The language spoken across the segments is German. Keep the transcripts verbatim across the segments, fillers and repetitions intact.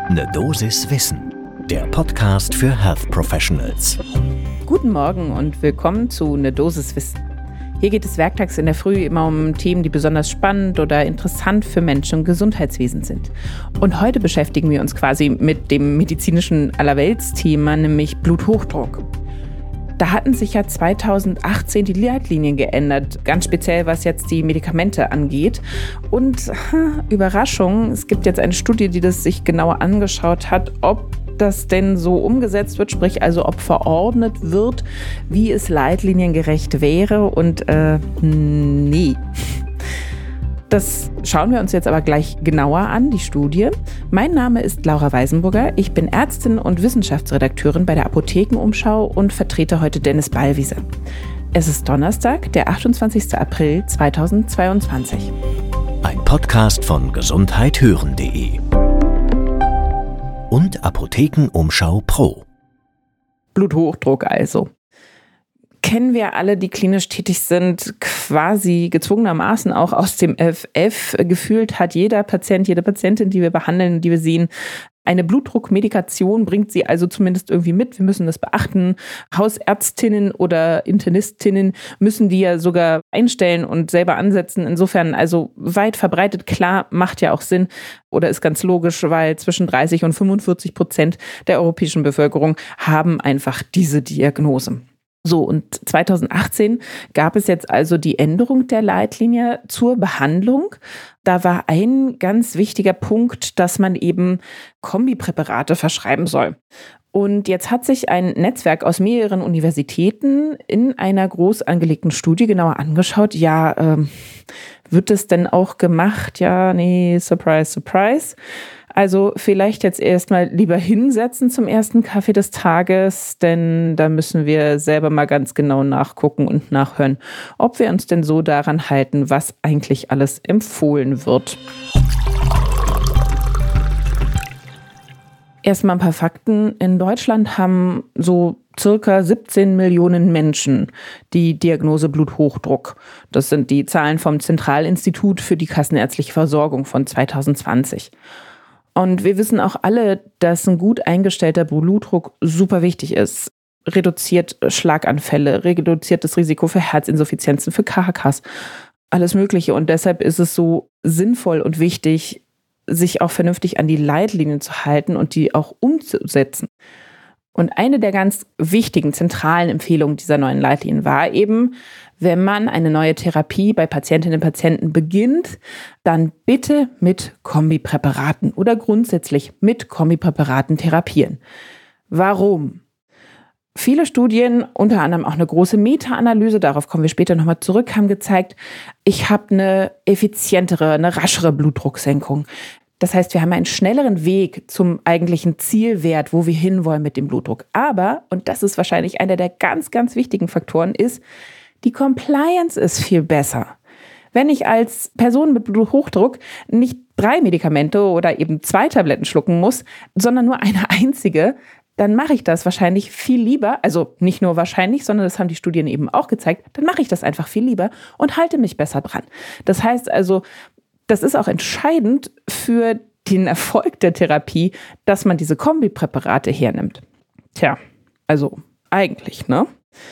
Ne Dosis Wissen, der Podcast für Health Professionals. Guten Morgen und willkommen zu Ne Dosis Wissen. Hier geht es werktags in der Früh immer um Themen, die besonders spannend oder interessant für Menschen im Gesundheitswesen sind. Und heute beschäftigen wir uns quasi mit dem medizinischen Allerweltsthema, nämlich Bluthochdruck. Da hatten sich ja zweitausendachtzehn die Leitlinien geändert, ganz speziell was jetzt die Medikamente angeht. Und ha, Überraschung, es gibt jetzt eine Studie, die das sich genauer angeschaut hat, ob das denn so umgesetzt wird, sprich also ob verordnet wird, wie es leitliniengerecht wäre. Und äh, nee. Das schauen wir uns jetzt aber gleich genauer an, die Studie. Mein Name ist Laura Weisenburger. Ich bin Ärztin und Wissenschaftsredakteurin bei der Apothekenumschau und vertrete heute Dennis Ballwieser. Es ist Donnerstag, der achtundzwanzigster April zweitausendzweiundzwanzig. Ein Podcast von gesundheit hören punkt de und Apothekenumschau Pro. Bluthochdruck also. Kennen wir alle, die klinisch tätig sind, quasi gezwungenermaßen auch aus dem F F. Gefühlt hat jeder Patient, jede Patientin, die wir behandeln, die wir sehen, eine Blutdruckmedikation, bringt sie also zumindest irgendwie mit. Wir müssen das beachten. Hausärztinnen oder Internistinnen müssen die ja sogar einstellen und selber ansetzen. Insofern also weit verbreitet, klar, macht ja auch Sinn oder ist ganz logisch, weil zwischen dreißig und fünfundvierzig Prozent der europäischen Bevölkerung haben einfach diese Diagnose. So, und zweitausendachtzehn gab es jetzt also die Änderung der Leitlinie zur Behandlung. Da war ein ganz wichtiger Punkt, dass man eben Kombipräparate verschreiben soll. Und jetzt hat sich ein Netzwerk aus mehreren Universitäten in einer groß angelegten Studie genauer angeschaut. Ja, ähm, wird es denn auch gemacht? Ja, nee, surprise, surprise. Also vielleicht jetzt erstmal lieber hinsetzen zum ersten Kaffee des Tages, denn da müssen wir selber mal ganz genau nachgucken und nachhören, ob wir uns denn so daran halten, was eigentlich alles empfohlen wird. Erstmal ein paar Fakten. In Deutschland haben so circa siebzehn Millionen Menschen die Diagnose Bluthochdruck. Das sind die Zahlen vom Zentralinstitut für die kassenärztliche Versorgung von zweitausendzwanzig. Und wir wissen auch alle, dass ein gut eingestellter Blutdruck super wichtig ist. Reduziert Schlaganfälle, reduziert das Risiko für Herzinsuffizienzen, für K H Ks, alles Mögliche. Und deshalb ist es so sinnvoll und wichtig, sich auch vernünftig an die Leitlinien zu halten und die auch umzusetzen. Und eine der ganz wichtigen, zentralen Empfehlungen dieser neuen Leitlinien war eben, wenn man eine neue Therapie bei Patientinnen und Patienten beginnt, dann bitte mit Kombipräparaten oder grundsätzlich mit Kombipräparaten therapieren. Warum? Viele Studien, unter anderem auch eine große Meta-Analyse, darauf kommen wir später nochmal zurück, haben gezeigt, ich habe eine effizientere, eine raschere Blutdrucksenkung. Das heißt, wir haben einen schnelleren Weg zum eigentlichen Zielwert, wo wir hinwollen mit dem Blutdruck. Aber, und das ist wahrscheinlich einer der ganz, ganz wichtigen Faktoren, ist, die Compliance ist viel besser. Wenn ich als Person mit Bluthochdruck nicht drei Medikamente oder eben zwei Tabletten schlucken muss, sondern nur eine einzige, dann mache ich das wahrscheinlich viel lieber, also nicht nur wahrscheinlich, sondern das haben die Studien eben auch gezeigt, dann mache ich das einfach viel lieber und halte mich besser dran. Das heißt also, das ist auch entscheidend für den Erfolg der Therapie, dass man diese Kombipräparate hernimmt. Tja, also eigentlich, ne?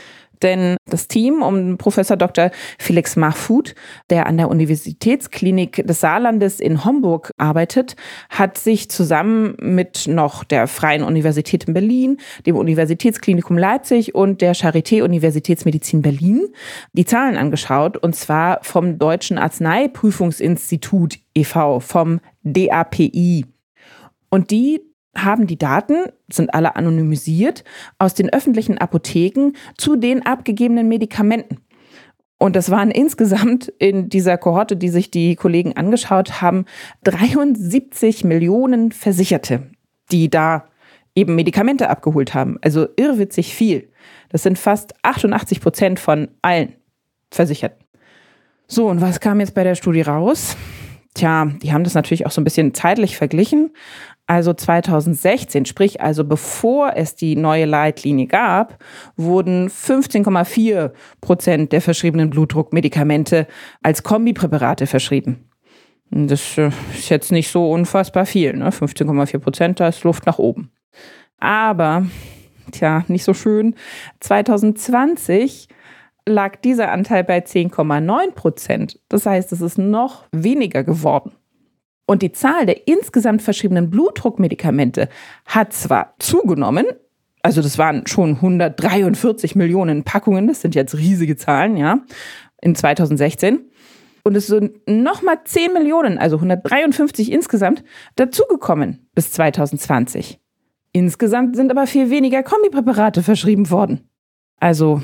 Denn das Team um Professor Doktor Felix Mahfoud, der an der Universitätsklinik des Saarlandes in Homburg arbeitet, hat sich zusammen mit noch der Freien Universität in Berlin, dem Universitätsklinikum Leipzig und der Charité Universitätsmedizin Berlin die Zahlen angeschaut, und zwar vom Deutschen Arzneiprüfungsinstitut e V, vom D A P I. Und die haben die Daten, sind alle anonymisiert, aus den öffentlichen Apotheken zu den abgegebenen Medikamenten. Und das waren insgesamt in dieser Kohorte, die sich die Kollegen angeschaut haben, dreiundsiebzig Millionen Versicherte, die da eben Medikamente abgeholt haben. Also irrwitzig viel. Das sind fast achtundachtzig Prozent von allen Versicherten. So, und was kam jetzt bei der Studie raus? Tja, die haben das natürlich auch so ein bisschen zeitlich verglichen. Also zweitausendsechzehn, sprich also bevor es die neue Leitlinie gab, wurden fünfzehn Komma vier Prozent der verschriebenen Blutdruckmedikamente als Kombipräparate verschrieben. Das ist jetzt nicht so unfassbar viel, ne? fünfzehn Komma vier Prozent, da ist Luft nach oben. Aber, tja, nicht so schön. zwanzig zwanzig lag dieser Anteil bei zehn Komma neun Prozent. Das heißt, es ist noch weniger geworden. Und die Zahl der insgesamt verschriebenen Blutdruckmedikamente hat zwar zugenommen, also das waren schon hundertdreiundvierzig Millionen Packungen, das sind jetzt riesige Zahlen, ja, in zwanzig sechzehn. Und es sind nochmal zehn Millionen, also hundertdreiundfünfzig insgesamt, dazugekommen bis zwanzig zwanzig. Insgesamt sind aber viel weniger Kombipräparate verschrieben worden. Also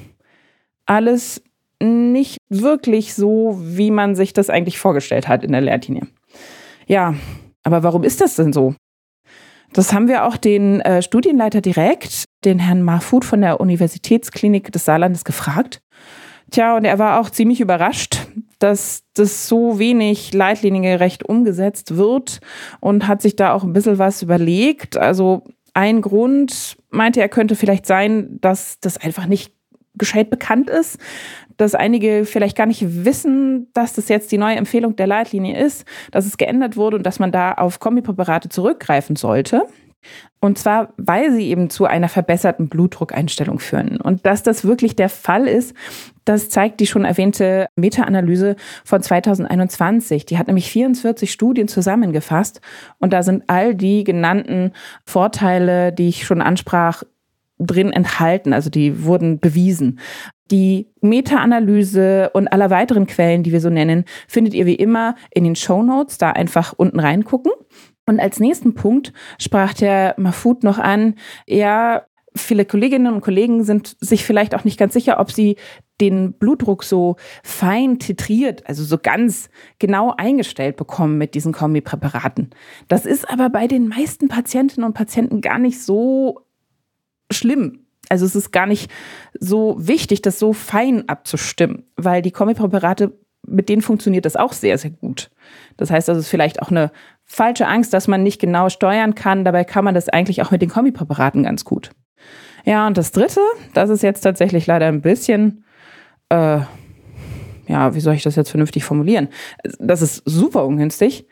alles nicht wirklich so, wie man sich das eigentlich vorgestellt hat in der Leitlinie. Ja, aber warum ist das denn so? Das haben wir auch den äh, Studienleiter direkt, den Herrn Mahfoud von der Universitätsklinik des Saarlandes, gefragt. Tja, und er war auch ziemlich überrascht, dass das so wenig leitliniengerecht umgesetzt wird und hat sich da auch ein bisschen was überlegt. Also ein Grund, meinte er, könnte vielleicht sein, dass das einfach nicht gescheit bekannt ist, dass einige vielleicht gar nicht wissen, dass das jetzt die neue Empfehlung der Leitlinie ist, dass es geändert wurde und dass man da auf Kombipräparate zurückgreifen sollte. Und zwar, weil sie eben zu einer verbesserten Blutdruckeinstellung führen. Und dass das wirklich der Fall ist, das zeigt die schon erwähnte Meta-Analyse von zwanzig einundzwanzig. Die hat nämlich vierundvierzig Studien zusammengefasst. Und da sind all die genannten Vorteile, die ich schon ansprach, drin enthalten. Also die wurden bewiesen. Die Meta-Analyse und aller weiteren Quellen, die wir so nennen, findet ihr wie immer in den Shownotes. Da einfach unten reingucken. Und als nächsten Punkt sprach der Mahfoud noch an, ja, viele Kolleginnen und Kollegen sind sich vielleicht auch nicht ganz sicher, ob sie den Blutdruck so fein titriert, also so ganz genau eingestellt bekommen mit diesen Kombipräparaten. Das ist aber bei den meisten Patientinnen und Patienten gar nicht so schlimm. Also es ist gar nicht so wichtig, das so fein abzustimmen, weil die Kombipräparate, mit denen funktioniert das auch sehr, sehr gut. Das heißt, das ist vielleicht auch eine falsche Angst, dass man nicht genau steuern kann. Dabei kann man das eigentlich auch mit den Kombipräparaten ganz gut. Ja, und das Dritte, das ist jetzt tatsächlich leider ein bisschen, äh, ja, wie soll ich das jetzt vernünftig formulieren? Das ist super ungünstig.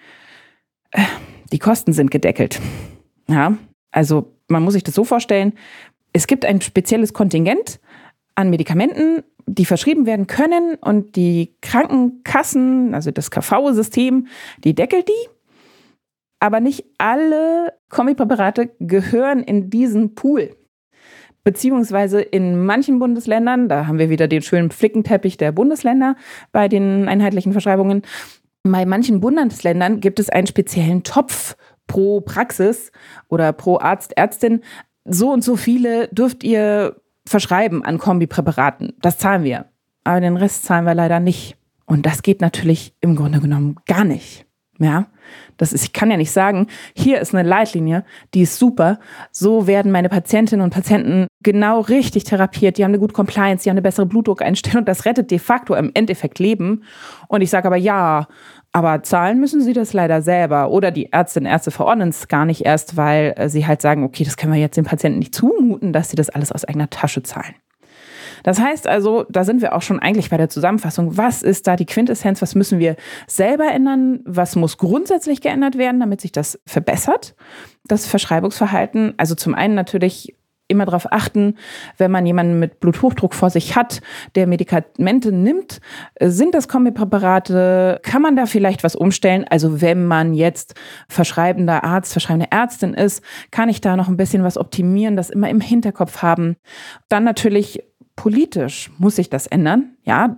Die Kosten sind gedeckelt. Ja, also man muss sich das so vorstellen, es gibt ein spezielles Kontingent an Medikamenten, die verschrieben werden können und die Krankenkassen, also das K V-System, die deckelt die. Aber nicht alle Kombipräparate gehören in diesen Pool. Beziehungsweise in manchen Bundesländern, da haben wir wieder den schönen Flickenteppich der Bundesländer bei den einheitlichen Verschreibungen. Bei manchen Bundesländern gibt es einen speziellen Topf pro Praxis oder pro Arzt, Ärztin. So und so viele dürft ihr verschreiben an Kombipräparaten. Das zahlen wir. Aber den Rest zahlen wir leider nicht. Und das geht natürlich im Grunde genommen gar nicht. Ja, das ist, ich kann ja nicht sagen, hier ist eine Leitlinie, die ist super. So werden meine Patientinnen und Patienten genau richtig therapiert. Die haben eine gute Compliance, die haben eine bessere Blutdruckeinstellung. Das rettet de facto im Endeffekt Leben. Und ich sage aber ja, aber zahlen müssen sie das leider selber. Oder die Ärztinnen und Ärzte verordnen es gar nicht erst, weil sie halt sagen, okay, das können wir jetzt den Patienten nicht zumuten, dass sie das alles aus eigener Tasche zahlen. Das heißt also, da sind wir auch schon eigentlich bei der Zusammenfassung. Was ist da die Quintessenz? Was müssen wir selber ändern? Was muss grundsätzlich geändert werden, damit sich das verbessert? Das Verschreibungsverhalten. Also zum einen natürlich immer darauf achten, wenn man jemanden mit Bluthochdruck vor sich hat, der Medikamente nimmt, sind das Kombipräparate, kann man da vielleicht was umstellen? Also wenn man jetzt verschreibender Arzt, verschreibende Ärztin ist, kann ich da noch ein bisschen was optimieren, das immer im Hinterkopf haben. Dann natürlich politisch muss sich das ändern. Ja,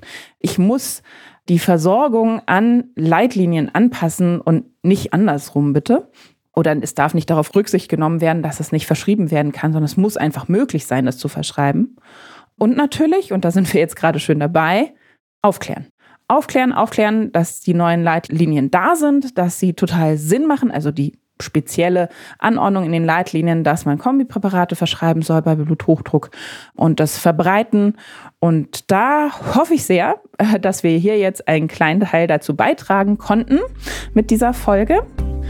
ich muss die Versorgung an Leitlinien anpassen und nicht andersrum, bitte. Oder es darf nicht darauf Rücksicht genommen werden, dass es nicht verschrieben werden kann, sondern es muss einfach möglich sein, das zu verschreiben. Und natürlich, und da sind wir jetzt gerade schön dabei, aufklären. Aufklären, aufklären, dass die neuen Leitlinien da sind, dass sie total Sinn machen, also die spezielle Anordnung in den Leitlinien, dass man Kombipräparate verschreiben soll bei Bluthochdruck und das verbreiten. Und da hoffe ich sehr, dass wir hier jetzt einen kleinen Teil dazu beitragen konnten mit dieser Folge.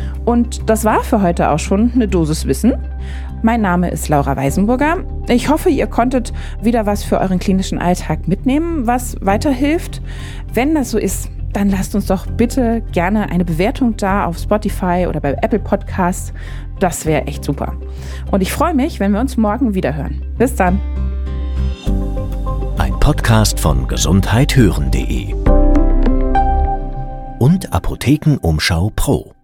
Und das war für heute auch schon eine Dosis Wissen. Mein Name ist Laura Weisenburger. Ich hoffe, ihr konntet wieder was für euren klinischen Alltag mitnehmen, was weiterhilft. Wenn das so ist, dann lasst uns doch bitte gerne eine Bewertung da auf Spotify oder bei Apple Podcasts. Das wäre echt super. Und ich freue mich, wenn wir uns morgen wieder hören. Bis dann. Ein Podcast von gesundheit hören punkt de und Apothekenumschau Pro.